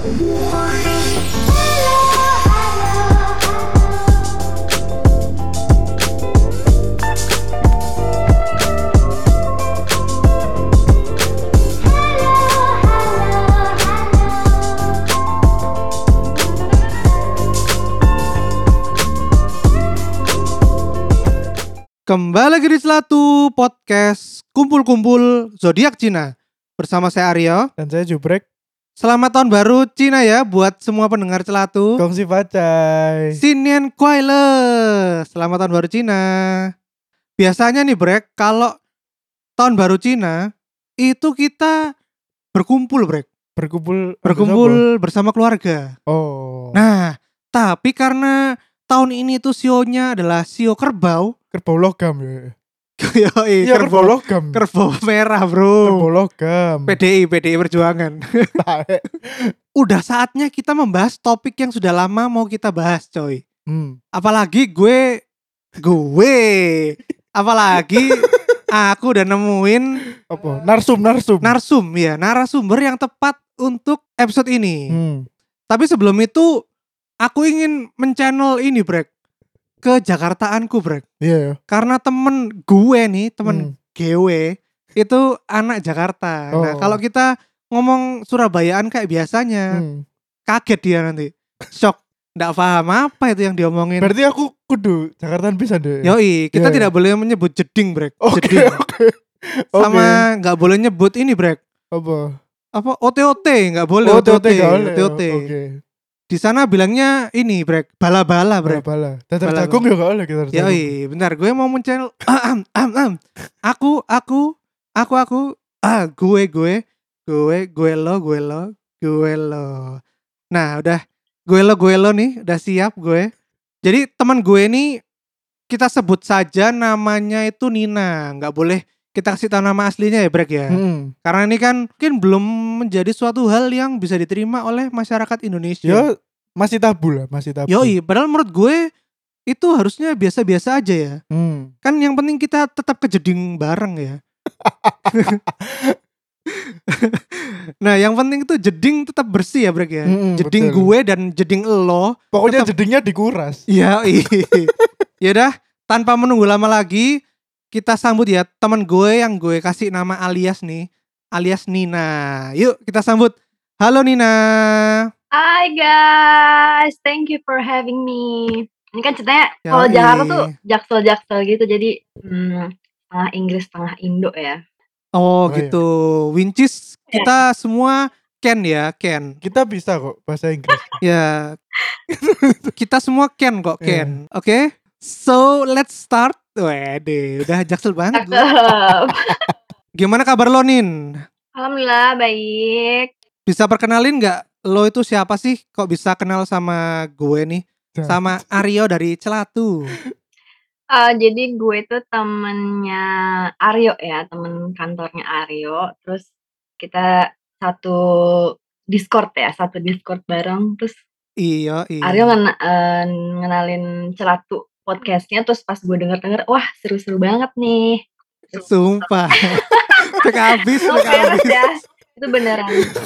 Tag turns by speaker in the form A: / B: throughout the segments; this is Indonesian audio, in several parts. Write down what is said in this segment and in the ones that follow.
A: Kembali lagi di Celatu Podcast Kumpul-Kumpul Zodiak Cina. Bersama saya Aryo.
B: Dan saya Jubrek.
A: Selamat tahun baru Cina ya buat semua pendengar Celatu.
B: Gongsi Pacai.
A: Xinian Kuai Le. Selamat tahun baru Cina. Biasanya nih Brek, kalau tahun baru Cina itu kita berkumpul Brek. Berkumpul bersama keluarga.
B: Oh.
A: Nah, tapi karena tahun ini tuh sionya adalah sio kerbau.
B: Kerbau logam ya.
A: Yoi,
B: Iya, kerbau logam.
A: Kerbau merah bro.
B: Kerbau logam.
A: PDI Perjuangan. Udah saatnya kita membahas topik yang sudah lama mau kita bahas coy. Apalagi gue apalagi aku udah nemuin
B: apa? Narsum
A: ya, narasumber yang tepat untuk episode ini. Tapi sebelum itu aku ingin men-channel ini Brek, ke Jakartaanku Brek.
B: Iya ya.
A: Karena temen gue nih, GW itu anak Jakarta. Nah kalau kita ngomong Surabayaan kayak biasanya, kaget dia nanti, shock, nggak paham apa itu yang diomongin.
B: Berarti aku kudu Jakartaan bisa deh.
A: Yoi, kita tidak boleh menyebut jeding Brek.
B: Jeding.
A: Sama nggak boleh nyebut ini Brek. Apa OTOT nggak boleh. OTOT.
B: Okay.
A: Di sana bilangnya ini Brek, bala-bala Brek.
B: Bala. Dadar jagung ya gak oleh kita.
A: Yoi, bentar gue mau men-channel. Aku gue lo. Nah, udah gue lo nih, udah siap gue. Jadi teman gue nih kita sebut saja namanya itu Nina, enggak boleh kita kasih tahu nama aslinya ya Brek ya. Karena ini kan mungkin belum menjadi suatu hal yang bisa diterima oleh masyarakat Indonesia.
B: Ya, masih tabu.
A: Yoi, padahal menurut gue itu harusnya biasa-biasa aja ya. Kan yang penting kita tetap kejeding bareng ya. Nah yang penting itu jeding tetap bersih ya Brek ya. Jeding
B: betul.
A: Gue dan jeding elo.
B: Pokoknya jedingnya dikuras.
A: Iya. Yaudah, tanpa menunggu lama lagi, kita sambut ya teman gue yang gue kasih nama alias nih, alias Nina. Yuk kita sambut. Halo Nina.
C: Hi guys, thank you for having me. Ini kan ceritanya kalau Jakarta tuh jaksel gitu, jadi setengah Inggris setengah Indo ya.
A: Oh gitu. Iya. Wincis kita semua Ken ya, Ken.
B: Kita bisa kok bahasa Inggris.
A: Ya. Kita semua Ken kok, Ken. Oke. So let's start. Wede, udah jaksel banget gue. Gimana kabar lo Nin?
C: Alhamdulillah baik.
A: Bisa perkenalin gak lo itu siapa sih? Kok bisa kenal sama gue nih? Sama Aryo dari Celatu.
C: Jadi gue itu temennya Aryo ya, temen kantornya Aryo. Terus kita satu Discord bareng. Terus
A: Iya.
C: Aryo ngenalin Celatu podcastnya, terus pas gue denger, wah seru-seru banget nih.
A: Sumpah. Cek abis.
C: Ya, itu beneran.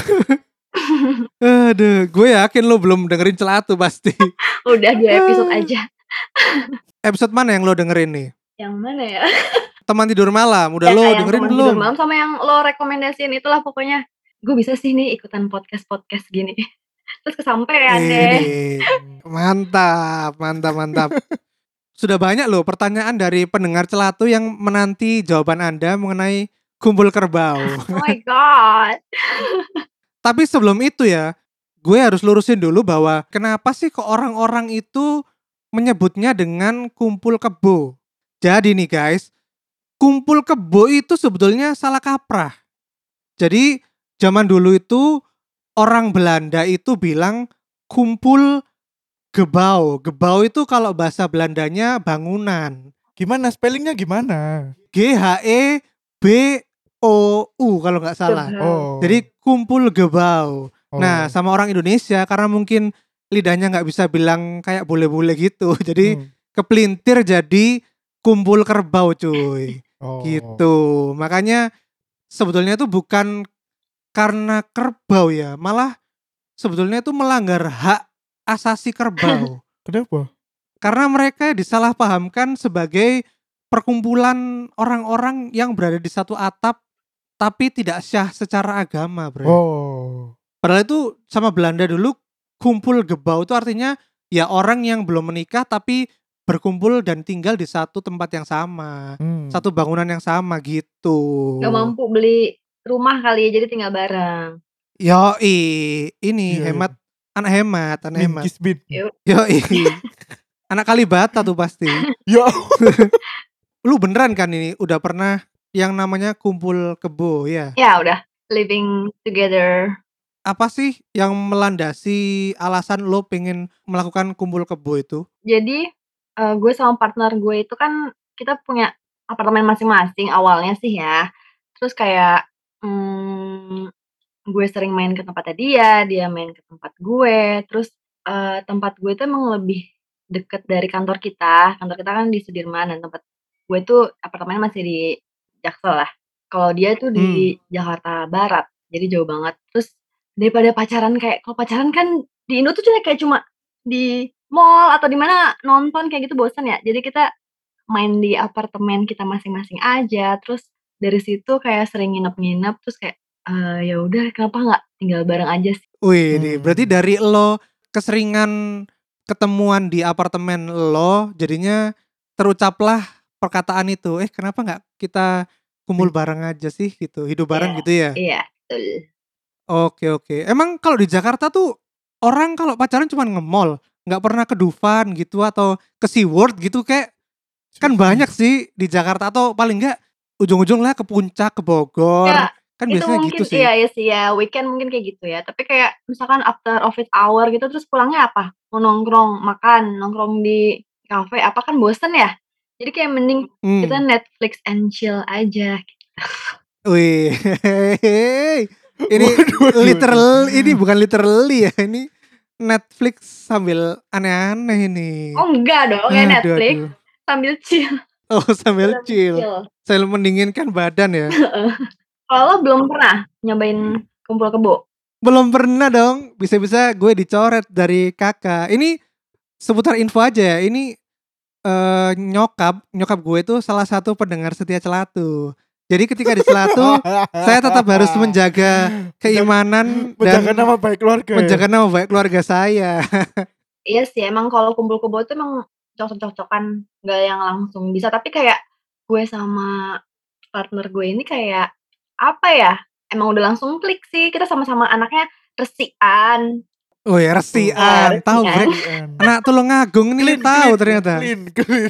A: Aduh, gue yakin lo belum dengerin Celatu pasti.
C: Udah 2 episode aja.
A: Episode mana yang lo dengerin nih?
C: Yang mana ya?
A: Teman tidur malam, udah
C: ya,
A: lo dengerin belum? Teman
C: tidur malam sama yang lo rekomendasiin itulah pokoknya. Gue bisa sih nih ikutan podcast gini. Terus kesampean deh.
A: Mantap. Sudah banyak loh pertanyaan dari pendengar Celatu yang menanti jawaban Anda mengenai kumpul kerbau.
C: Oh my god.
A: Tapi sebelum itu ya, gue harus lurusin dulu bahwa kenapa sih kok orang-orang itu menyebutnya dengan kumpul kebo. Jadi nih guys, kumpul kebo itu sebetulnya salah kaprah. Jadi zaman dulu itu orang Belanda itu bilang kumpul gebau. Gebau itu kalau bahasa Belandanya bangunan.
B: Gimana spellingnya gimana?
A: GHEBOU kalau nggak salah. Jadi kumpul gebau. Nah sama orang Indonesia karena mungkin lidahnya nggak bisa bilang kayak bule-bule gitu. Jadi kepelintir jadi kumpul kerbau cuy. Gitu. Makanya sebetulnya itu bukan karena kerbau ya, malah sebetulnya itu melanggar hak asasi kerbau.
B: Kenapa?
A: Karena mereka disalahpahamkan sebagai perkumpulan orang-orang yang berada di satu atap tapi tidak syah secara agama, Bro.
B: Oh.
A: Padahal itu sama Belanda dulu kumpul gebau itu artinya ya orang yang belum menikah tapi berkumpul dan tinggal di satu tempat yang sama, satu bangunan yang sama gitu.
C: Gak mampu beli rumah kali ya, jadi tinggal bareng.
A: Yoi, ini
B: Iya,
A: hemat, anak hemat.
B: Minkis bin.
A: Yoi, anak Kalibata tuh pasti.
B: Ya.
A: Lu beneran kan ini udah pernah yang namanya kumpul kebo ya?
C: Ya udah living together.
A: Apa sih yang melandasi alasan lo pengen melakukan kumpul kebo itu?
C: Jadi gue sama partner gue itu kan kita punya apartemen masing-masing awalnya sih ya. Terus kayak gue sering main ke tempatnya dia main ke tempat gue. Terus tempat gue itu emang lebih deket dari kantor kita. Kantor kita kan di Sudirman dan tempat gue tuh apartemennya masih di Jaksel lah. Kalau dia tuh di Jakarta Barat, jadi jauh banget. Terus daripada pacaran kalau pacaran kan di Indo tuh kayak cuma di mall atau di mana nonton kayak gitu bosan ya. Jadi kita main di apartemen kita masing-masing aja. Terus dari situ kayak sering nginep-nginep terus kayak ya udah kenapa nggak tinggal bareng aja sih.
A: Wih, berarti dari lo keseringan ketemuan di apartemen lo, jadinya terucaplah perkataan itu. Kenapa nggak kita kumpul bareng aja sih gitu, hidup bareng gitu ya?
C: Iya, betul.
A: Oke. Emang kalau di Jakarta tuh orang kalau pacaran cuma nge-mall, nggak pernah ke Dufan gitu atau ke SeaWorld gitu kayak kan banyak sih di Jakarta atau paling enggak ujung-ujung lah ke Puncak, ke Bogor.
C: Ya,
A: Kan
C: itu
A: biasanya
C: mungkin
A: gitu sih.
C: iya sih ya, weekend mungkin kayak gitu ya. Tapi kayak misalkan after office hour gitu terus pulangnya apa? Mau nongkrong, makan, nongkrong di kafe apa kan bosen ya. Jadi kayak mending kita Netflix and chill aja.
A: Wih, ini
B: Waduh.
A: ini bukan literally ya, ini Netflix sambil aneh-aneh ini.
C: Oh enggak dong, kayak Netflix
A: Aduh.
C: sambil chill.
A: Oh sambil chill, sambil mendinginkan badan ya.
C: Kalau belum pernah nyobain kumpul kebo?
A: Belum pernah dong, bisa-bisa gue dicoret dari kakak. Ini seputar info aja ya, ini nyokap gue itu salah satu pendengar setia Celatu. Jadi ketika di Celatu saya tetap harus menjaga keimanan
B: menjaga
A: dan
B: nama baik keluarga.
A: menjaga nama baik keluarga saya.
C: Iya sih, emang kalau kumpul kebo itu emang cocok-cocokan, nggak yang langsung bisa. Tapi kayak gue sama partner gue ini kayak apa ya? Emang udah langsung klik sih. Kita sama-sama anaknya resikan.
A: Oh ya resian, tahu Brek. Anak Tulungagung nih tahu ternyata.
B: Clean.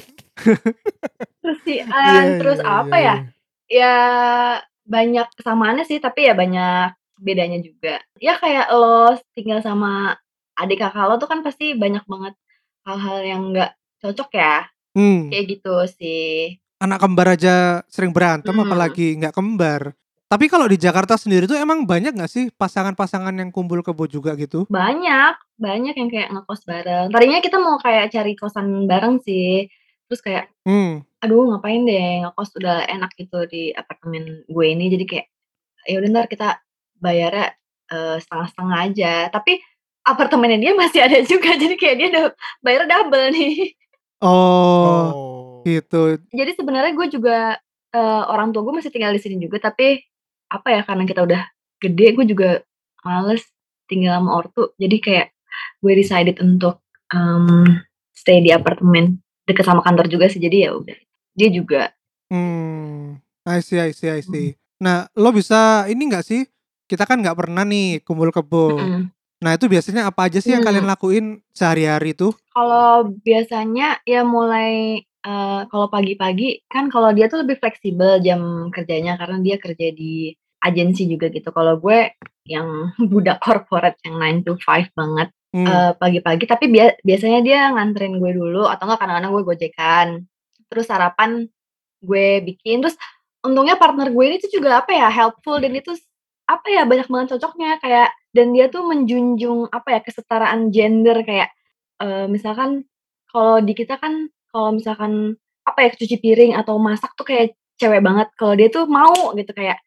C: Resian, terus apa ya? Ya banyak kesamaannya sih, tapi ya banyak bedanya juga. Ya kayak lo tinggal sama adik kakak lo tuh kan pasti banyak banget hal-hal yang nggak cocok ya. Kayak gitu sih.
A: Anak kembar aja sering berantem apalagi nggak kembar. Tapi kalau di Jakarta sendiri tuh emang banyak gak sih pasangan-pasangan yang kumpul kebo juga gitu?
C: Banyak yang kayak ngekos bareng. Tadinya kita mau kayak cari kosan bareng sih. Terus kayak, aduh ngapain deh ngekos udah enak gitu di apartemen gue ini. Jadi kayak, ya udah ntar kita bayarnya setengah-setengah aja. Tapi apartemennya dia masih ada juga. Jadi kayak dia udah bayar double nih.
A: Oh, gitu.
C: Jadi sebenarnya gue juga orang tua gue masih tinggal di sini juga. Tapi apa ya karena kita udah gede, gue juga males tinggal sama ortu. Jadi kayak gue decided untuk stay di apartemen deket sama kantor juga sih. Jadi ya udah. Dia juga.
A: I see. Nah, lo bisa ini nggak sih? Kita kan nggak pernah nih kumpul kebo. Nah, itu biasanya apa aja sih yang kalian lakuin sehari-hari tuh?
C: Kalau biasanya ya mulai kalau pagi-pagi kan kalau dia tuh lebih fleksibel jam kerjanya karena dia kerja di agensi juga gitu. Kalau gue yang budak corporate yang 9 to 5 banget pagi-pagi. Tapi biasanya dia nganterin gue dulu atau enggak kadang-kadang gue gojekan. Terus sarapan gue bikin. Terus untungnya partner gue ini tuh juga apa ya helpful dan itu apa ya banyak banget cocoknya kayak dan dia tuh menjunjung apa ya kesetaraan gender kayak misalkan kalau di kita kan kalau misalkan apa ya cuci piring atau masak tuh kayak cewek banget. Kalau dia tuh mau gitu kayak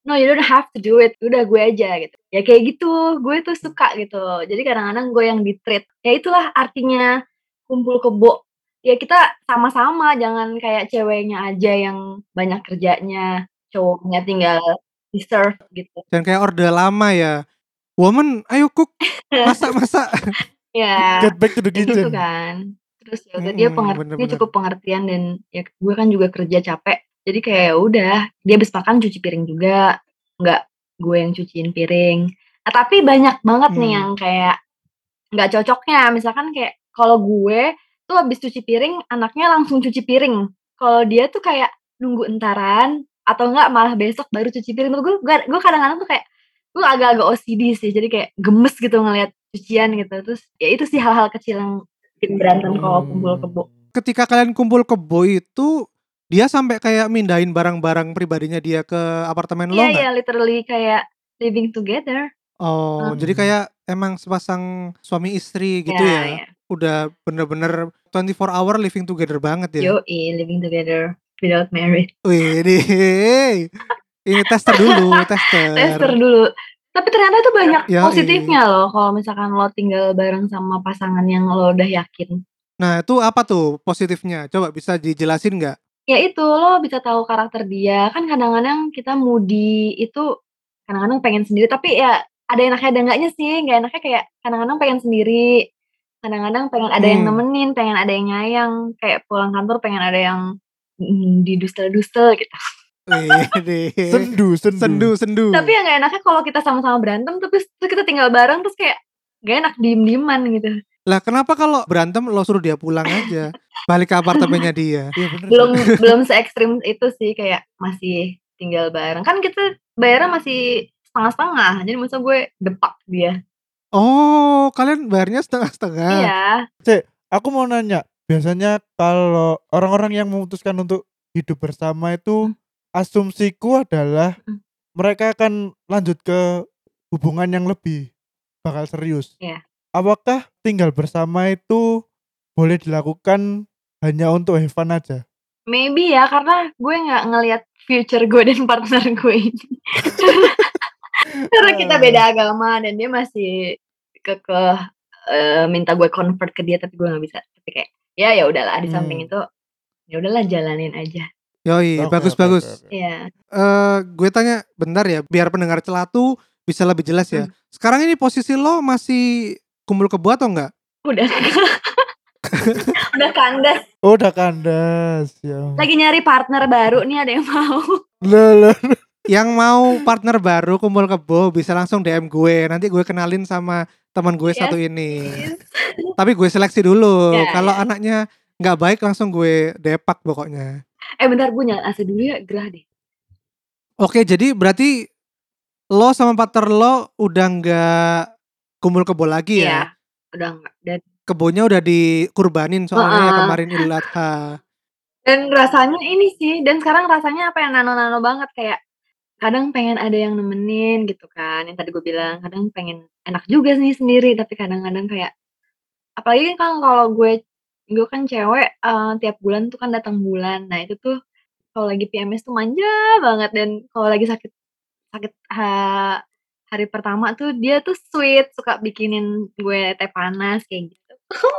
C: no you don't have to do it, udah gue aja gitu. Ya kayak gitu, gue tuh suka gitu. Jadi kadang-kadang gue yang di-treat. Ya itulah artinya kumpul kebo. Ya kita sama-sama, jangan kayak ceweknya aja yang banyak kerjanya, cowoknya tinggal di-serve gitu.
A: Dan kayak orde lama ya. Woman, ayo cook, masak.
C: Ya,
B: Get back to the
C: kayak gitu
B: kitchen.
C: kan. Terus ya udah dia dia
A: Bener-bener.
C: cukup pengertian dan ya gue kan juga kerja capek. Jadi kayak ya udah, dia habis makan cuci piring juga, nggak gue yang cuciin piring. Nah, tapi banyak banget nih yang kayak nggak cocoknya. Misalkan kayak kalau gue tuh habis cuci piring, anaknya langsung cuci piring. Kalau dia tuh kayak nunggu entaran atau enggak malah besok baru cuci piring. Tuh gue kadang-kadang tuh kayak gue agak-agak OCD sih. Jadi kayak gemes gitu ngelihat cucian gitu. Terus ya itu sih hal-hal kecil yang bikin berantem kalau kumpul kebo.
A: Ketika kalian kumpul kebo itu, dia sampai kayak mindahin barang-barang pribadinya dia ke apartemen lo
C: Iya,
A: nggak?
C: iya, literally kayak living together.
A: Oh, jadi kayak emang sepasang suami istri gitu
C: Ya,
A: ya?
C: ya.
A: Udah bener-bener 24 hour living together banget ya?
C: Yoi, living together without married.
A: Wih, ini tester dulu, tester.
C: Tester dulu. Tapi ternyata itu banyak
A: Yoi.
C: positifnya loh kalau misalkan lo tinggal bareng sama pasangan yang lo udah yakin.
A: Nah, itu apa tuh positifnya? Coba bisa dijelasin nggak?
C: Ya itu, lo bisa tahu karakter dia. Kan kadang-kadang kita moody itu kadang-kadang pengen sendiri, tapi ya ada enaknya ada enggaknya sih. Nggak enaknya kayak kadang-kadang pengen sendiri, kadang-kadang pengen ada yang nemenin, pengen ada yang nyayang, kayak pulang kantor pengen ada yang didusel-dusel gitu.
A: Wih, sendu.
C: Tapi yang nggak enaknya kalau kita sama-sama berantem terus kita tinggal bareng terus kayak gak enak diem-dieman gitu.
A: Lah kenapa kalau berantem lo suruh dia pulang aja, balik ke apartemennya dia?
B: Iya bener.
C: Belum se ekstrim itu sih, kayak masih tinggal bareng. Kan kita bayarnya masih setengah-setengah, jadi masa gue depak dia.
A: Oh, kalian bayarnya setengah-setengah.
C: Iya.
B: Cek, aku mau nanya, biasanya kalau orang-orang yang memutuskan untuk hidup bersama itu asumsiku adalah mereka akan lanjut ke hubungan yang lebih bakal serius.
C: Iya.
B: Apakah tinggal bersama itu boleh dilakukan hanya untuk have fun aja?
C: Maybe ya, karena gue nggak ngelihat future gue dan partner gue ini. Karena kita beda agama dan dia masih kekeh minta gue convert ke dia, tapi gue nggak bisa. Tapi kayak ya udahlah, di samping itu ya udahlah jalanin aja.
A: Yoi,
B: Oke,
A: bagus.
B: oke.
C: Iya.
A: Gue tanya bentar ya, biar pendengar celatu bisa lebih jelas ya. Sekarang ini posisi lo masih kumpul kebo atau enggak?
C: Udah. Udah kandas.
B: Oh, udah kandas ya.
C: Lagi nyari partner baru nih, ada yang mau.
B: Loh.
A: Yang mau partner baru kumpul kebo bisa langsung DM gue. Nanti gue kenalin sama teman gue satu ini. Tapi gue seleksi dulu.
C: Ya,
A: Kalau anaknya nggak baik langsung gue depak pokoknya.
C: Bentar, gue nyalain AC dulu ya, gerah deh.
A: Oke, jadi berarti lo sama partner lo udah nggak kumpul kebo lagi ya?
C: Iya, udah enggak. Dan
A: Kebonya udah dikurbanin soalnya kemarin Idul Adha.
C: Dan rasanya ini sih, dan sekarang rasanya apa yang nano-nano banget, kayak kadang pengen ada yang nemenin gitu kan, yang tadi gue bilang, kadang pengen enak juga nih sendiri, tapi kadang-kadang kayak apalagi kan kalau gue kan cewek, tiap bulan tuh kan datang bulan. Nah itu tuh kalau lagi PMS tuh manja banget, dan kalau lagi sakit hari pertama tuh dia tuh sweet, suka bikinin gue teh panas kayak gitu.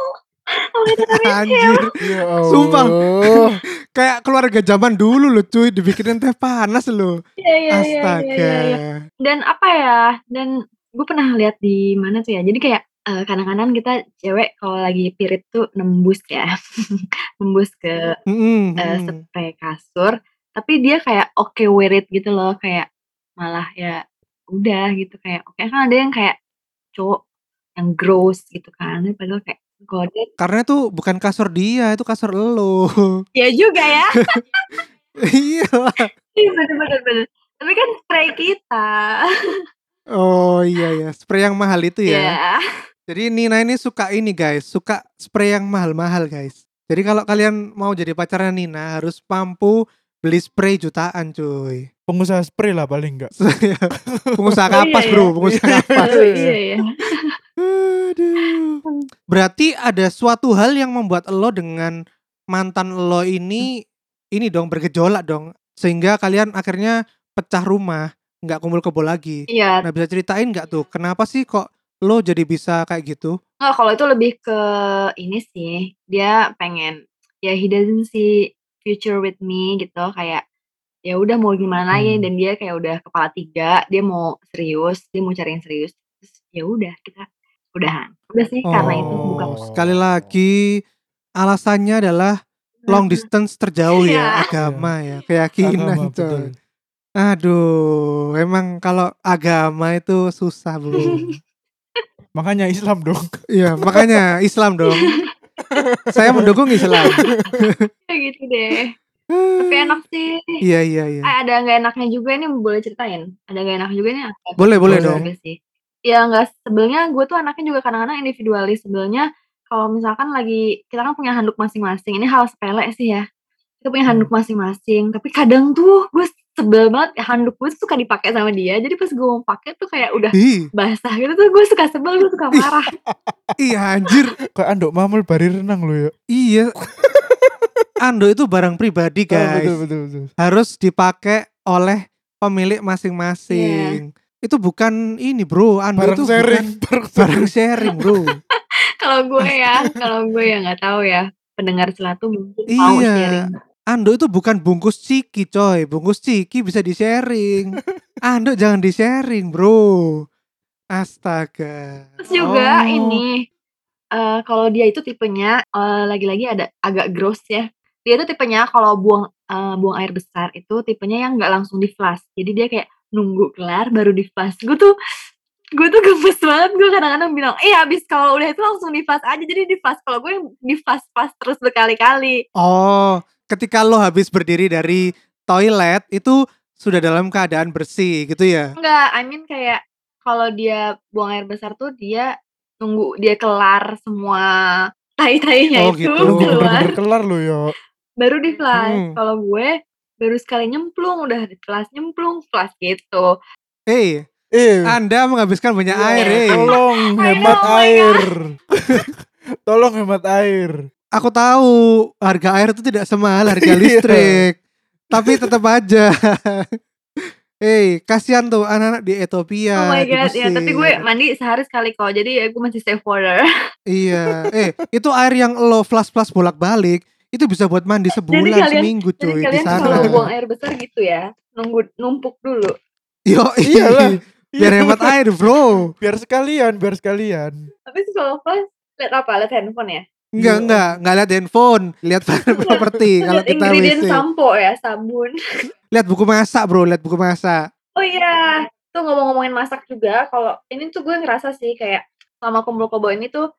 A: Anjir.
B: Ya Allah.
A: Sumpah. Kayak keluarga zaman dulu loh cuy, dibikinin teh panas loh.
C: Iya.
A: Astaga.
C: Dan apa ya, dan gue pernah lihat di mana tuh ya, jadi kayak kadang-kadang kita cewek kalau lagi period tuh nembus ya, nembus ke spray kasur, tapi dia kayak okay with it gitu loh, kayak malah ya udah gitu, kayak oke. Kan ada yang kayak cowok yang gross gitu kan, padahal kayak kalau dia
A: Karena itu bukan kasur dia, itu kasur elo.
C: ya juga ya.
A: Iya.
C: Iya, bener. Tapi kan spray kita.
A: Oh iya, spray yang mahal itu ya.
C: Iya.
A: Jadi Nina ini suka ini guys, suka spray yang mahal-mahal guys. Jadi kalau kalian mau jadi pacarnya Nina harus mampu beli spray jutaan cuy.
B: Pengusaha spray lah paling enggak.
A: Pengusaha kapas
C: iya.
A: bro, pengusaha kapas.
C: Iya.
A: Aduh. Berarti ada suatu hal yang membuat lo dengan mantan lo ini dong bergejolak dong, sehingga kalian akhirnya pecah rumah. nggak kumpul kebo lagi.
C: Iya.
A: Nah, bisa ceritain nggak tuh kenapa sih kok lo jadi bisa kayak gitu?
C: Nggak, kalau itu lebih ke ini sih, dia pengen ya he doesn't see future with me gitu, kayak ya udah mau gimana lagi, dan dia kayak udah kepala 3, dia mau serius, dia mau cari yang serius. Terus ya udah kita udahan. Udah sih karena itu bukan.
A: Oh, sekali lagi alasannya adalah long distance terjauh ya,
C: Iya.
A: agama ya,
B: Agama,
A: keyakinan
B: betul.
A: coy. Aduh, emang kalau agama itu susah, Bro.
B: Makanya Islam dong.
A: Iya, makanya Islam dong. Saya mendukung Islam.
C: Kayak gitu deh. Tapi enak sih.
A: Iya, iya, iya.
C: Ada nggak enaknya juga nih, boleh ceritain? Ada nggak enaknya juga nih?
A: Boleh, boleh
B: Boleh.
A: dong.
C: Juga sih. Ya nggak, sebelnya gue tuh anaknya juga kadang-kadang individualis. Sebelnya kalau misalkan lagi kita kan punya handuk masing-masing. Ini hal sepele sih ya. Kita punya handuk masing-masing. Tapi kadang tuh gue sebel banget, handuk gue tuh suka dipakai sama dia. Jadi pas gue mau pakai tuh kayak udah
A: Ih,
C: basah gitu tuh, gue suka sebel, gue suka marah.
A: iya anjir.
B: Kayak anduk mamul bari renang lo ya.
A: Iya. Ando itu barang pribadi,
B: Oh,
A: guys.
B: betul.
A: Harus dipakai oleh pemilik
C: Iya.
A: masing-masing. Itu bukan ini, Bro. Ando
B: Barang
A: itu
B: sharing,
A: bukan barang sharing, Bro.
C: Kalau gue ya nggak tahu ya. Pendengar Selatu mungkin mau
A: Iya.
C: sharing.
A: Ando itu bukan bungkus ciki, coy. Bungkus ciki bisa di-sharing. Ando jangan di-sharing, Bro. Astaga.
C: Terus juga
A: Oh.
C: ini, kalau dia itu tipenya, lagi-lagi ada agak gross ya. Dia tuh tipenya kalau buang air besar itu tipenya yang nggak langsung di-flush. Jadi dia kayak nunggu kelar baru di-flush. Gue tuh gemes banget, gue kadang-kadang bilang, habis kalau udah itu langsung di-flush aja, jadi di-flush. Kalau gue yang di-flush terus berkali-kali.
A: Oh, ketika lo habis berdiri dari toilet itu sudah dalam keadaan bersih gitu ya?
C: Enggak, I mean kayak kalau dia buang air besar tuh dia nunggu dia kelar semua tai-tainya
A: Oh
C: itu
A: gitu.
B: Nunggu
C: keluar,
B: bener-bener kelar lo ya.
C: baru di-flush.
A: Hmm.
C: Kalau gue baru sekali nyemplung, udah di-flush, nyemplung, flush gitu.
A: Anda menghabiskan banyak air,
B: Tolong
C: I
B: hemat
C: know, oh my
B: air. Tolong hemat air.
A: Aku tahu harga air itu tidak semahal harga
B: Iya.
A: listrik. Tapi tetap aja. Kasihan tuh anak-anak di Ethiopia,
C: Oh my
A: di
C: god, ya tapi gue
A: Mesir.
C: mandi sehari sekali kok, jadi ya gue masih save water.
A: Iya. Itu air yang lo flush-flush bolak-balik itu bisa buat mandi
C: Jadi
A: sebulan,
C: kalian
A: seminggu
C: jadi
A: cuy di
C: kalian kalau
A: sana.
C: buang air besar gitu ya, numpuk dulu.
B: Iyalah.
A: Biar hemat air, Bro.
B: Biar sekalian.
C: Tapi kalau flush lihat apa? Lihat handphone ya?
A: Enggak lihat handphone, lihat properti kalau
C: Lihat
A: kita
C: ingredient
A: WC.
C: sampo ya, sabun.
A: Lihat buku masak, Bro, lihat buku masak.
C: Oh iya, tuh ngomong-ngomongin masak juga, kalau ini tuh gue ngerasa sih kayak sama kumpul kebo ini tuh,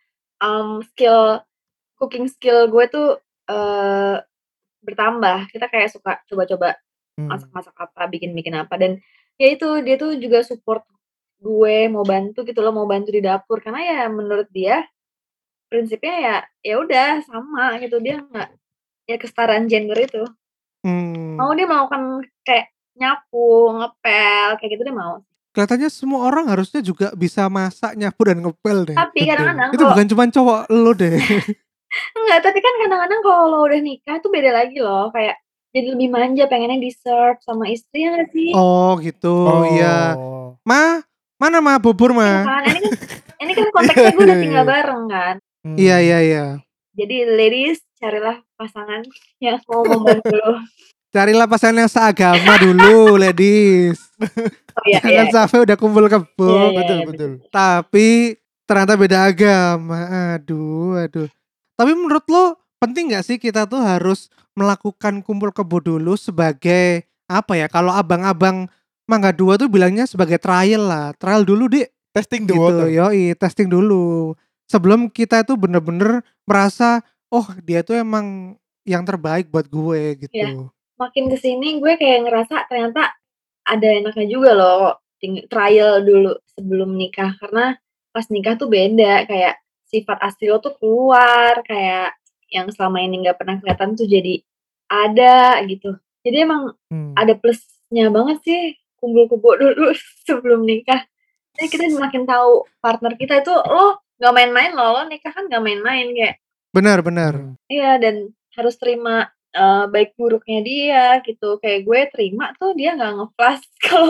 C: cooking skill gue tuh, bertambah. Kita kayak suka coba-coba masak-masak apa, bikin-bikin apa, dan ya itu, dia tuh juga support gue, mau bantu gitu loh, mau bantu di dapur. Karena ya menurut dia, prinsipnya ya udah sama gitu, dia nggak, ya kesetaraan gender itu.
A: Hmm.
C: Dia mau kan kayak nyapu, ngepel, kayak gitu dia mau.
A: Kelihatannya semua orang harusnya juga bisa masak, nyapu dan ngepel deh.
C: Tapi kadang-kadang
A: Itu bukan cuma cowok lo deh.
C: enggak, tapi kan kadang-kadang kalau udah nikah tuh beda lagi loh, kayak jadi lebih manja, pengennya di-serve sama istri, ya nggak sih?
A: Oh gitu, iya. Ma, mana ma bubur
C: Iya
A: ma?
C: kan, ini kan konteksnya gue udah tinggal bareng kan.
A: Iya.
C: Jadi ladies, carilah pasangan yang mau membantu lo.
A: Carilah pasangan yang seagama dulu, ladies.
C: Oh iya,
A: Jangan sampai udah kumpul kebo,
C: Iya,
B: Betul.
A: tapi ternyata beda agama. Aduh. Tapi menurut lo penting nggak sih kita tuh harus melakukan kumpul kebo dulu sebagai apa ya? Kalau abang-abang Mangga 2 tuh bilangnya sebagai trial lah. Trial dulu, Dik.
B: Testing the
A: Gitu,
B: water.
A: yoi, testing dulu. Sebelum kita tuh bener-bener merasa, oh dia tuh emang yang terbaik buat gue
C: Iya.
A: gitu.
C: Makin kesini gue kayak ngerasa ternyata ada enaknya juga loh trial dulu sebelum nikah, karena pas nikah tuh beda, kayak sifat asli lo tuh keluar, kayak yang selama ini nggak pernah kelihatan tuh jadi ada gitu. Jadi emang ada plusnya banget sih kumpul-kumpul dulu sebelum nikah. Jadi kita makin tahu partner kita itu, lo nggak main-main lo nikah kan nggak main-main, kayak
A: Benar.
C: iya, dan harus terima baik buruknya dia gitu. Kayak gue terima tuh dia nggak nge-flash kalau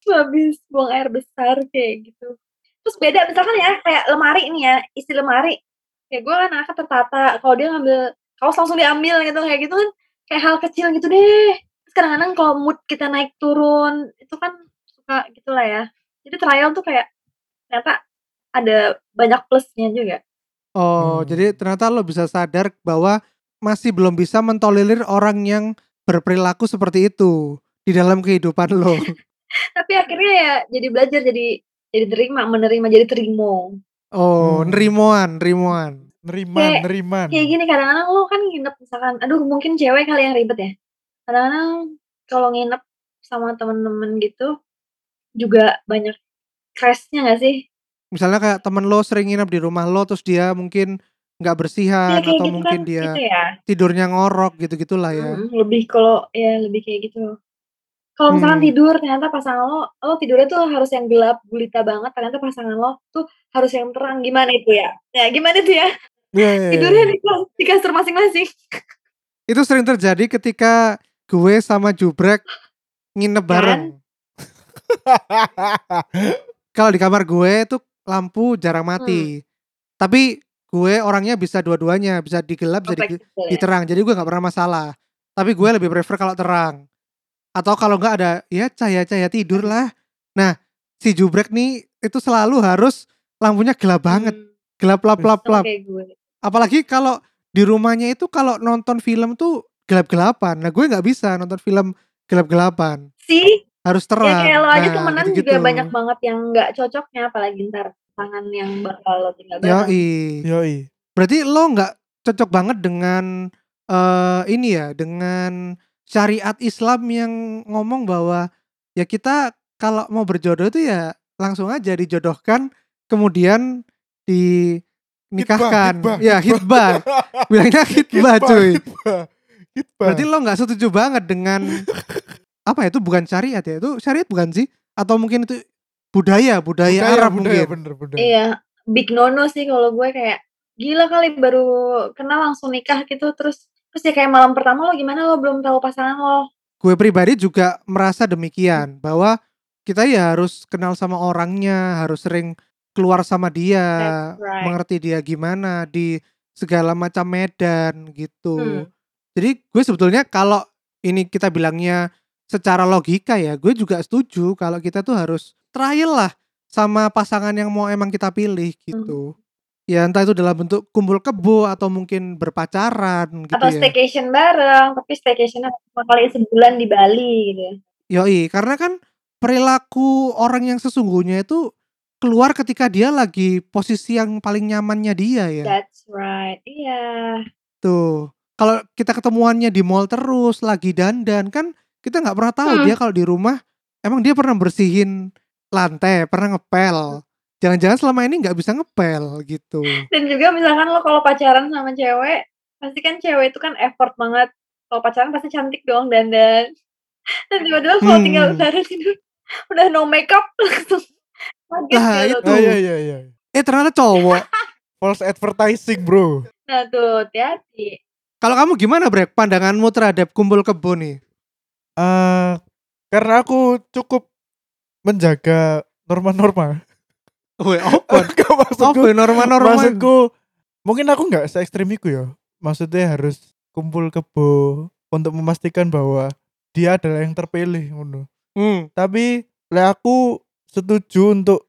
C: habis buang air besar kayak gitu. Terus beda misalkan ya kayak lemari nih ya, isi lemari. Kayak gue kan anaknya tertata, kalau dia ngambil kaos langsung diambil gitu, kayak gitu kan kayak hal kecil gitu deh. Terus kadang-kadang kalau mood kita naik turun, itu kan suka gitulah ya. Jadi trial tuh kayak ternyata ada banyak plusnya juga.
A: Oh, jadi ternyata lo bisa sadar bahwa masih belum bisa mentolerir orang yang berperilaku seperti itu di dalam kehidupan lo.
C: Tapi akhirnya ya jadi belajar, jadi terima, menerima, jadi terimo.
A: Oh, nerimoan.
B: Neriman.
C: Kayak gini kadang-kadang lo kan nginep misalkan, aduh mungkin cewek kali yang ribet ya. Kadang-kadang kalau nginep sama temen-temen gitu juga banyak crash-nya gak sih?
A: Misalnya kayak temen lo sering nginep di rumah lo terus dia mungkin nggak
C: Iya
A: bersihan
C: kayak
A: atau
C: gitu kan,
A: mungkin
C: itu
A: dia
C: ya.
A: tidurnya ngorok gitu-gitulah ya.
C: Lebih kalau ya lebih kayak gitu. Kalau misalkan
A: Hmm.
C: tidur ternyata pasangan lo tidurnya tuh harus yang gelap gulita banget, ternyata pasangan lo tuh harus yang terang, gimana itu ya? Ya gimana itu ya? Tidurnya
B: Iya.
C: di kasur masing-masing.
A: Itu sering terjadi ketika gue sama Jubrek nginep
C: Kan?
A: bareng. Kalau di kamar gue tuh lampu jarang
C: Hmm,
A: mati. Tapi gue orangnya bisa dua-duanya, bisa digelap, bisa
C: fleksibel ya.
A: diterang. Jadi gue nggak pernah masalah. Tapi gue lebih prefer kalau terang. Atau kalau nggak ada ya cahaya-cahaya tidur
C: Mmm,
A: lah. Nah, si Jubrek nih itu selalu harus lampunya gelap banget.
C: mmm,
A: Gelap lap
B: Wis.
A: lap
C: sama
A: lap.
C: kayak gue.
A: Apalagi kalau di rumahnya itu kalau nonton film tuh gelap-gelapan. Nah, gue nggak bisa nonton film gelap-gelapan.
C: Sih,
A: Harus
C: ya kayak
A: terang.
C: lo aja
A: Nah,
C: temenan juga banyak
A: gitu-gitu.
C: banget yang nggak cocoknya, apalagi entar pasangan yang bakal lo tinggal bareng.
A: Yoi.
B: Yoi.
A: Berarti lo nggak cocok banget dengan ini ya, dengan syariat Islam yang ngomong bahwa ya kita kalau mau berjodoh itu ya langsung aja dijodohkan, kemudian
B: Hitbah,
A: dinikahkan.
B: hitbah,
A: Ya
B: hitbah.
A: hitbah, bilangnya hitbah
B: Hitbah,
A: cuy.
B: hitbah. Hitbah.
A: Berarti lo nggak setuju banget dengan apa ya, itu bukan syariat ya, itu syariat bukan sih? Atau mungkin itu budaya
B: Budaya,
A: Arab
B: budaya,
A: mungkin.
B: bener, budaya.
C: Iya, big no-no sih kalau gue kayak, gila kali baru kenal langsung nikah gitu, terus ya kayak malam pertama lo gimana, lo belum tahu pasangan lo.
A: Gue pribadi juga merasa demikian, bahwa kita ya harus kenal sama orangnya, harus sering keluar sama dia,
C: That's right.
A: mengerti dia gimana di segala macam medan gitu.
C: Hmm.
A: Jadi gue sebetulnya kalau ini kita bilangnya secara logika ya, gue juga setuju kalau kita tuh harus trial lah sama pasangan yang mau emang kita pilih gitu. Ya entah itu dalam bentuk kumpul kebo atau mungkin berpacaran gitu
C: Atau
A: ya.
C: staycation bareng, tapi staycation-nya cuma kali sebulan di Bali gitu ya.
A: Yoi, karena kan perilaku orang yang sesungguhnya itu keluar ketika dia lagi posisi yang paling nyamannya dia ya.
C: That's right, iya.
A: Tuh, kalau kita ketemuannya di mall terus, lagi dandan kan kita nggak pernah tahu dia
C: Mhm.
A: kalau di rumah emang dia pernah bersihin lantai, pernah ngepel. Jangan-jangan selama ini nggak bisa ngepel gitu.
C: Dan juga misalkan lo kalau pacaran sama cewek, pasti kan cewek itu kan effort banget. Kalau pacaran pasti cantik dong dandan. Dan tiba-tiba kalau tinggal
A: Hmm,
C: bareng tidur, udah no makeup langsung kaget
A: lah
C: gak lo
B: Ah,
C: tuh?
B: iya,
A: itu.
B: iya, iya.
A: Ternyata cowok.
B: False advertising, bro.
C: Nah tuh, hati-hati.
A: Kalau kamu gimana, Brek? Pandanganmu terhadap kumpul kebo nih?
B: Eh, karena aku cukup menjaga norma-norma.
A: Woi, open.
B: Enggak, maksudku,
A: Apa norma-norma?
B: maksudku mungkin aku nggak se ekstrem itu ya. Maksudnya harus kumpul kebo untuk memastikan bahwa dia adalah yang terpilih ngono.
A: Hmm.
B: Tapi aku setuju untuk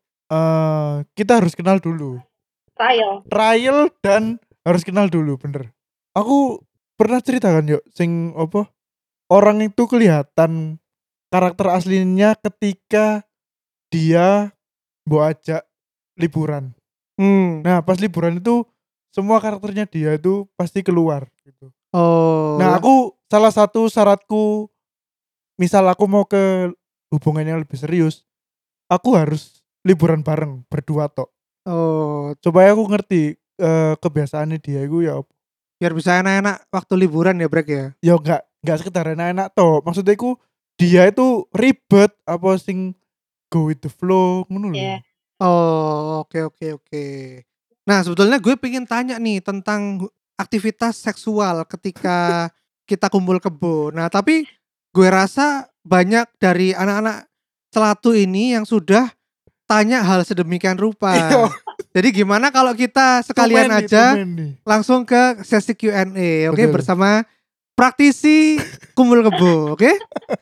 B: kita harus kenal dulu.
C: Trial.
B: Trial dan harus kenal dulu, bener. Aku pernah ceritakan yuk sing apa? Orang itu kelihatan karakter aslinya ketika dia mbok ajak liburan.
A: Hmm.
B: Nah, pas liburan itu semua karakternya dia itu pasti keluar gitu.
A: Oh,
B: Nah,
A: lah.
B: aku salah satu syaratku misal aku mau ke hubungan yang lebih serius, aku harus liburan bareng berdua tok.
A: Oh,
B: Supaya aku ngerti kebiasaannya dia itu ya
A: biar bisa enak-enak waktu liburan ya, Brek ya.
B: ya enggak sekedar enak-enak tok. Maksudnya aku dia itu ribet apa sing go with the flow ngono lho.
C: Ya.
A: Oh, oke oke oke. Nah, sebetulnya gue pengen tanya nih tentang aktivitas seksual ketika kita kumpul kebo. Nah, tapi gue rasa banyak dari anak-anak Celatu ini yang sudah tanya hal sedemikian rupa.
B: Iya.
A: Jadi gimana kalau kita sekalian
B: Tumen nih,
A: aja
B: tumen nih.
A: langsung ke sesi Q&A, oke,
B: Betul.
A: bersama praktisi kumpul kebo, oke?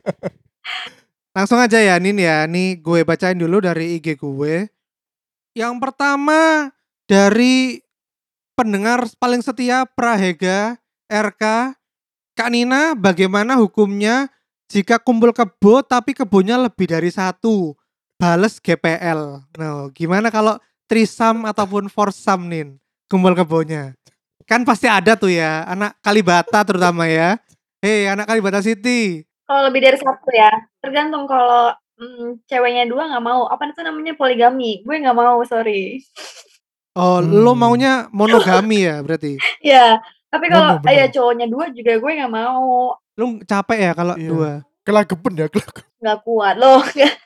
A: Langsung aja ya, Nin ya. Nih gue bacain dulu dari IG gue. Yang pertama dari pendengar paling setia Prahega RK. Kak Nina, bagaimana hukumnya jika kumpul kebo tapi kebonya lebih dari satu? Bales GPL. Nah, gimana kalau trisam ataupun foursam Nin? Kumpul kebonya. Kan pasti ada tuh ya, anak Kalibata terutama ya. Hei, anak Kalibata City.
C: Kalau lebih dari satu ya, tergantung kalau ceweknya 2 nggak mau. Apa itu namanya poligami? Gue nggak mau, sorry.
A: Oh, lo maunya monogami ya berarti?
C: Iya, tapi kalau
B: Mono, bener.
C: cowoknya 2 juga gue nggak mau.
A: Lo capek ya kalau
B: Iya.
A: dua?
B: Kelagepen ya,
C: Nggak kuat loh.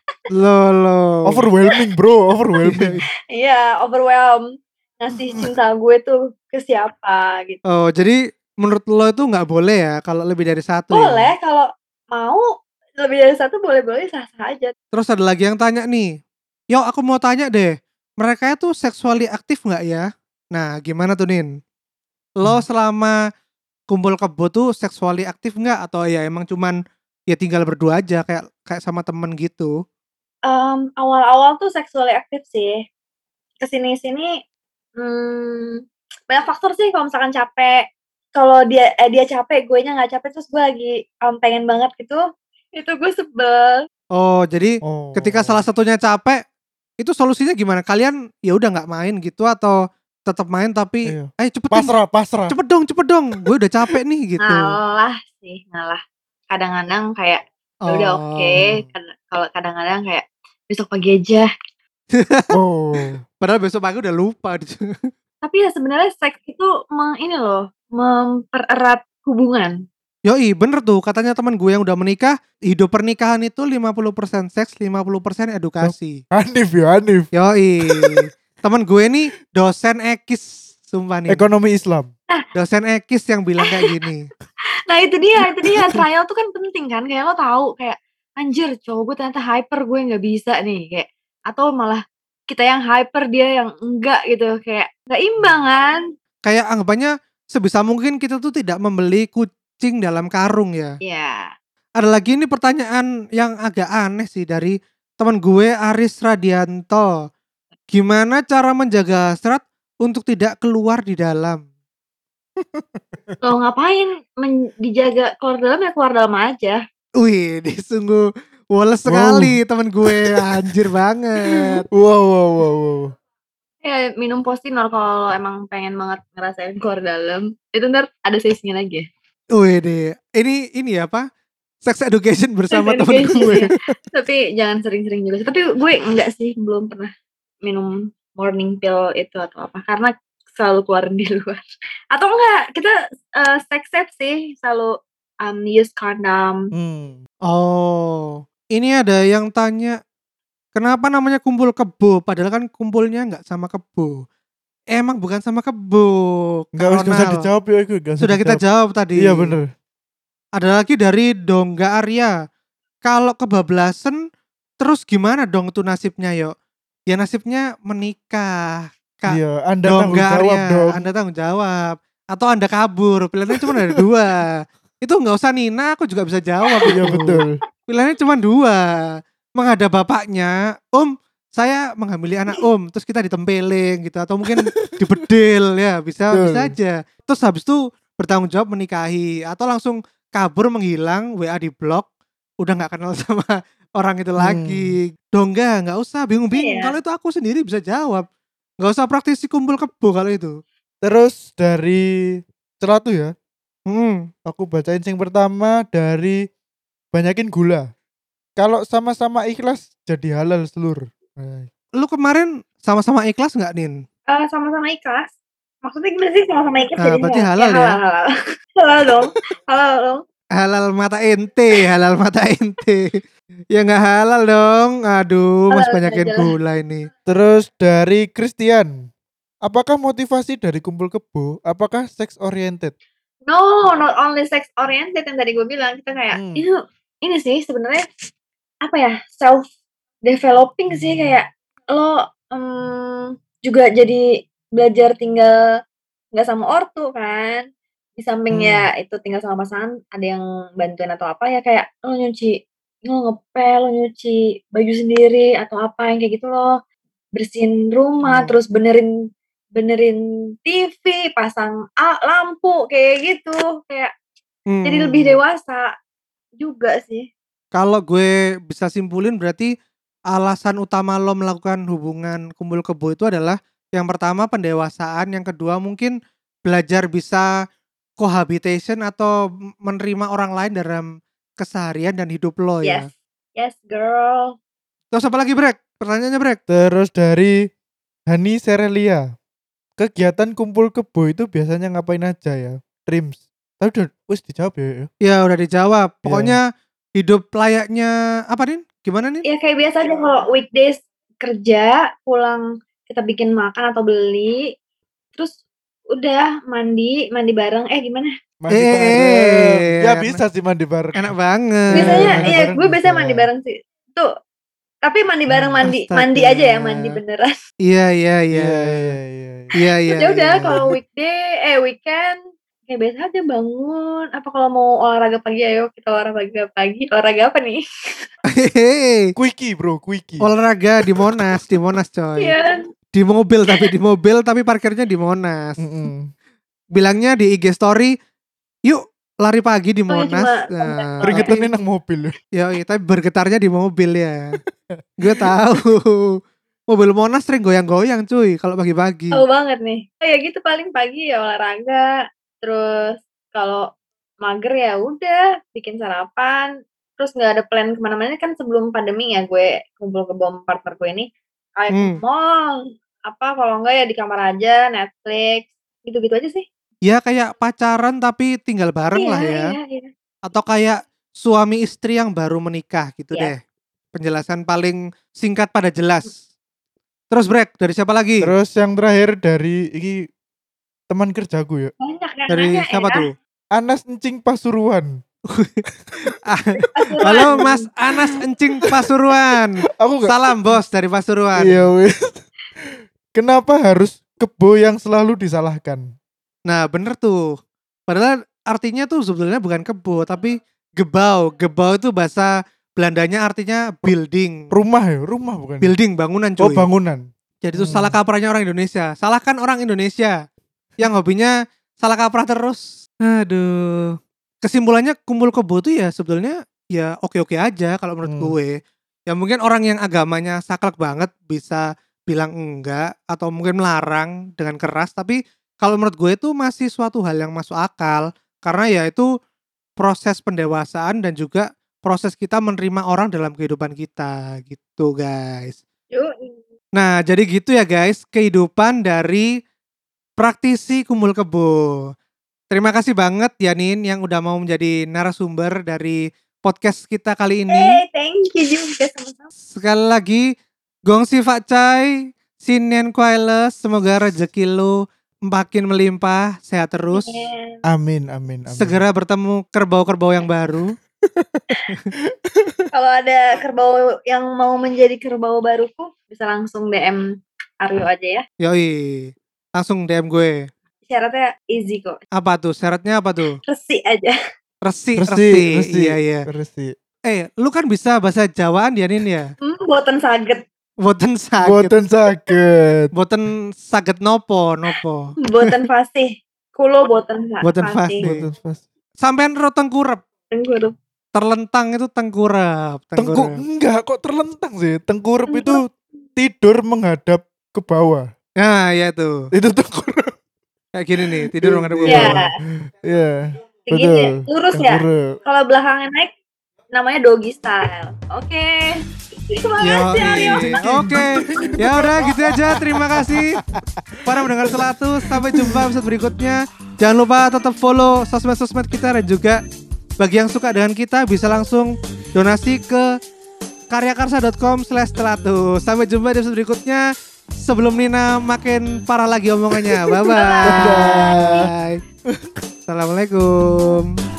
A: Lo.
B: overwhelming bro, overwhelming.
C: Iya, overwhelmed. Ngasih cinta gue tuh ke siapa gitu.
A: Oh, jadi menurut lo itu nggak boleh ya kalau lebih dari satu ya?
C: Boleh kalau mau lebih dari satu boleh-boleh sah-sah aja.
A: Terus ada lagi yang tanya nih, yo aku mau tanya deh, mereka itu seksually aktif nggak ya? Nah, gimana tuh Nin? Lo selama kumpul kebo tuh seksually aktif nggak atau ya emang cuman ya tinggal berdua aja kayak sama temen gitu?
C: Awal-awal tuh seksually aktif sih. Kesini-sini banyak faktor sih kalau misalkan capek. Kalau dia capek, guenya nggak capek, terus gue lagi pengen banget gitu, itu gue sebel.
A: Oh, jadi ketika salah
B: Oh.
A: satunya capek, itu solusinya gimana? Kalian ya udah nggak main gitu atau tetap main tapi
B: Iya.
A: ayo cepet
B: Pasrah.
A: cepet dong, gue udah capek nih gitu.
C: Ngalah. Kadang-kadang kayak ya udah oke.
A: Oh,
C: Kalau kadang-kadang kayak besok pagi aja.
B: Oh.
A: padahal besok pagi udah lupa.
C: Tapi ya sebenarnya seks itu mempererat hubungan.
A: Yoi, bener tuh katanya teman gue yang udah menikah, hidup pernikahan itu 50% seks, 50% edukasi.
B: Hanif ya, Hanif.
A: Yoi. Teman gue nih dosen ekis, sumpah nih.
B: Ekonomi Islam.
A: Dosen ekis yang bilang kayak gini.
C: Nah itu dia trial tuh kan penting kan, kayak lo tahu kayak anjir cowok gue ternyata hyper, gue nggak bisa nih kayak, atau malah kita yang hyper dia yang enggak gitu, kayak nggak imbang kan.
A: Kayak anggapannya sebisa mungkin kita tuh tidak membeli kucing dalam karung ya.
C: Iya.
A: Ada lagi nih pertanyaan yang agak aneh sih dari teman gue Aris Radianto. Gimana cara menjaga hasrat untuk tidak keluar di dalam?
C: Lo ngapain dijaga keluar dalam ya keluar dalam aja.
A: Wih, dia sungguh woles sekali teman gue, anjir banget.
B: Wow.
C: Ya minum Postinor kalau emang pengen banget ngerasain keluar dalam. Itu ntar ada sesinya lagi ya.
A: Wih deh, ini apa? Sex education bersama
C: Sex
A: temen
C: education,
A: gue.
C: ya. Tapi jangan sering-sering juga sih. Tapi gue enggak sih, belum pernah minum morning pill itu atau apa. Karena selalu keluar di luar. Atau enggak, kita sex safe sih. Selalu use condom.
A: Oh, ini ada yang tanya, kenapa namanya kumpul kebo? Padahal kan kumpulnya nggak sama kebo. Emang bukan sama kebo.
B: Enggak usah
A: Ronald.
B: dijawab ya, gue
A: Sudah kita jawab tadi.
B: Iya bener.
A: Ada lagi dari Dongga Arya. Kalau kebablasan, terus gimana dong tuh nasibnya yo? Ya nasibnya menikah. Kak
B: Iya, Anda tanggung
A: Dongga
B: jawab
A: Arya,
B: dong.
A: Anda tanggung jawab. Atau Anda kabur. Pilihannya cuma ada dua. Itu nggak usah Nina, aku juga bisa jawab.
B: Iya
A: itu.
B: betul.
A: Pilihannya cuma dua. Menghadap bapaknya, saya menghamili anak terus kita ditempelin gitu atau mungkin dibedil ya, bisa aja. Terus habis itu bertanggung jawab menikahi atau langsung kabur menghilang, WA di blok, udah nggak kenal sama orang itu lagi. Dongga, nggak usah bingung-bingung.
C: Iya.
A: Kalau itu aku sendiri bisa jawab. Nggak usah praktisi kumpul kebo kalau itu.
B: Terus dari Celatu ya,
A: Hmm.
B: aku bacain yang pertama dari banyakin gula. Kalau sama-sama ikhlas jadi halal selur.
A: Lu kemarin sama-sama ikhlas nggak Nin?
C: Sama-sama ikhlas. Maksudnya gimana sih sama-sama ikhlas jadi
A: Berarti halal ya?
C: Halal dong. Halal dong.
A: Halal mata ente. Ya nggak halal dong. Aduh, mas
C: Halal
A: banyakin
C: aja lah.
A: gula ini.
B: Terus dari Christian, apakah motivasi dari kumpul kebo? Apakah sex oriented?
C: No, not only sex oriented yang tadi gue bilang, kita kayak ini sih sebenarnya apa ya, self developing sih, kayak lo juga jadi belajar tinggal nggak sama ortu kan. Di samping ya itu tinggal sama pasangan, ada yang bantuin atau apa ya, kayak lo ngepel, lo nyuci baju sendiri atau apa yang kayak gitu loh. Bersihin rumah, terus benerin TV, pasang lampu kayak gitu. Kayak jadi lebih dewasa juga sih.
A: Kalau gue bisa simpulin berarti alasan utama lo melakukan hubungan kumpul kebo itu adalah yang pertama pendewasaan, yang kedua mungkin belajar bisa cohabitation atau menerima orang lain dalam keseharian dan hidup lo ya.
C: Yes girl.
A: Terus apa lagi Brek? Pertanyaannya Brek.
B: Terus dari Hani Serelia, kegiatan kumpul kebo itu biasanya ngapain aja ya? Trims. Tapi udah wis dijawab ya.
A: Ya udah dijawab. Pokoknya hidup layaknya apa nih? Gimana nih?
C: Ya kayak biasa aja, kalau weekdays kerja, pulang kita bikin makan atau beli, terus udah mandi bareng. Gimana?
B: Mandi bareng. Ya bisa sih mandi bareng.
A: Enak banget.
C: Biasanya gue biasanya mandi bareng sih. Tuh. Tapi mandi bareng mandi aja ya, mandi beneran.
A: Iya.
C: Ya udah kalau weekend kayak biasa aja bangun. Apa kalau mau olahraga pagi, ayo kita olahraga pagi. Olahraga apa nih?
B: Quickie bro, quickie.
A: Olahraga di Monas coy.
C: Iya.
A: Di mobil tapi parkirnya di Monas. Bilangnya di IG story, yuk lari pagi di Monas.
B: Keringetannya nang mobil.
A: Ya, tapi bergetarnya di mobil ya. Gue tahu. Mobil Monas sering goyang-goyang cuy kalau pagi-pagi.
C: Tahu banget nih. Ya gitu, paling pagi ya olahraga. Terus kalau mager ya udah bikin sarapan. Terus nggak ada plan kemana-mana kan, sebelum pandemi ya gue kumpul kebo partner gue ini kayak ke mall. Apa kalau enggak ya di kamar aja Netflix. Gitu-gitu aja sih.
A: Ya kayak pacaran tapi tinggal bareng lah ya. Iya. Atau kayak suami istri yang baru menikah gitu deh. Penjelasan paling singkat pada jelas. Terus Brek, dari siapa lagi?
B: Terus yang terakhir dari ini teman kerjaku ya.
C: Banyak yang
A: dari
C: nanya,
A: siapa tuh?
B: Anas Encing Pasuruan.
A: Halo Mas Anas Encing Pasuruan. Salam bos dari Pasuruan.
B: Iya wis. Kenapa harus kebo yang selalu disalahkan?
A: Nah bener tuh. Padahal artinya tuh sebetulnya bukan kebo tapi gebau. Gebau itu bahasa Belandanya artinya building.
B: Rumah bukan?
A: Building, bangunan cuy.
B: Oh bangunan.
A: Jadi itu salah kaprahnya orang Indonesia. Salahkan orang Indonesia yang hobinya salah kaprah terus. Aduh. Kesimpulannya kumpul kebo tuh ya sebetulnya ya oke-oke aja kalau menurut gue. Ya mungkin orang yang agamanya saklek banget bisa bilang enggak atau mungkin melarang dengan keras, tapi kalau menurut gue itu masih suatu hal yang masuk akal karena ya itu proses pendewasaan dan juga proses kita menerima orang dalam kehidupan kita gitu guys. Nah jadi gitu ya guys kehidupan dari praktisi kumpul kebo. Terima kasih banget Yanin yang udah mau menjadi narasumber dari podcast kita kali ini.
C: Thank you juga sama-sama.
A: Sekali lagi Gongsi Fakcai, Sinen Kuailes, semoga rezeki lu makin melimpah, sehat terus.
B: Amin.
A: Segera bertemu kerbau-kerbau yang baru.
C: Kalau ada kerbau yang mau menjadi kerbau baruku bisa langsung DM Aryo aja ya.
A: Yoi, langsung DM gue.
C: Syaratnya easy kok.
A: Apa tuh? Syaratnya apa tuh?
C: Resi aja.
A: Resi. Iya.
B: Resi.
A: Lu kan bisa bahasa Jawaan ya Nin ya?
C: Boten saget.
A: Boten saget nopo.
C: Boten fasih. Kulo boten fasih.
A: Sampean ro tengkurep. Terlentang itu tengkurap.
B: Enggak kok terlentang sih. Tengkurap itu tidur menghadap ke bawah.
A: Nah ya tuh.
B: Itu tengkurap.
A: Kayak gini nih tidur menghadap ke bawah.
B: Iya.
C: Betul. Lurus ya. Kalau belakangnya naik namanya doggy style. Oke. Terima kasih Aryo.
A: Oke. Ya udah gitu aja. Terima kasih para pendengar Selatus. Sampai jumpa episode berikutnya. Jangan lupa tetap follow sosmed-sosmed kita dan juga bagi yang suka dengan kita bisa langsung donasi ke karyakarsa.com/telatus. Sampai jumpa di episode berikutnya. Sebelum Nina makin parah lagi omongannya. Bye-bye. Assalamualaikum.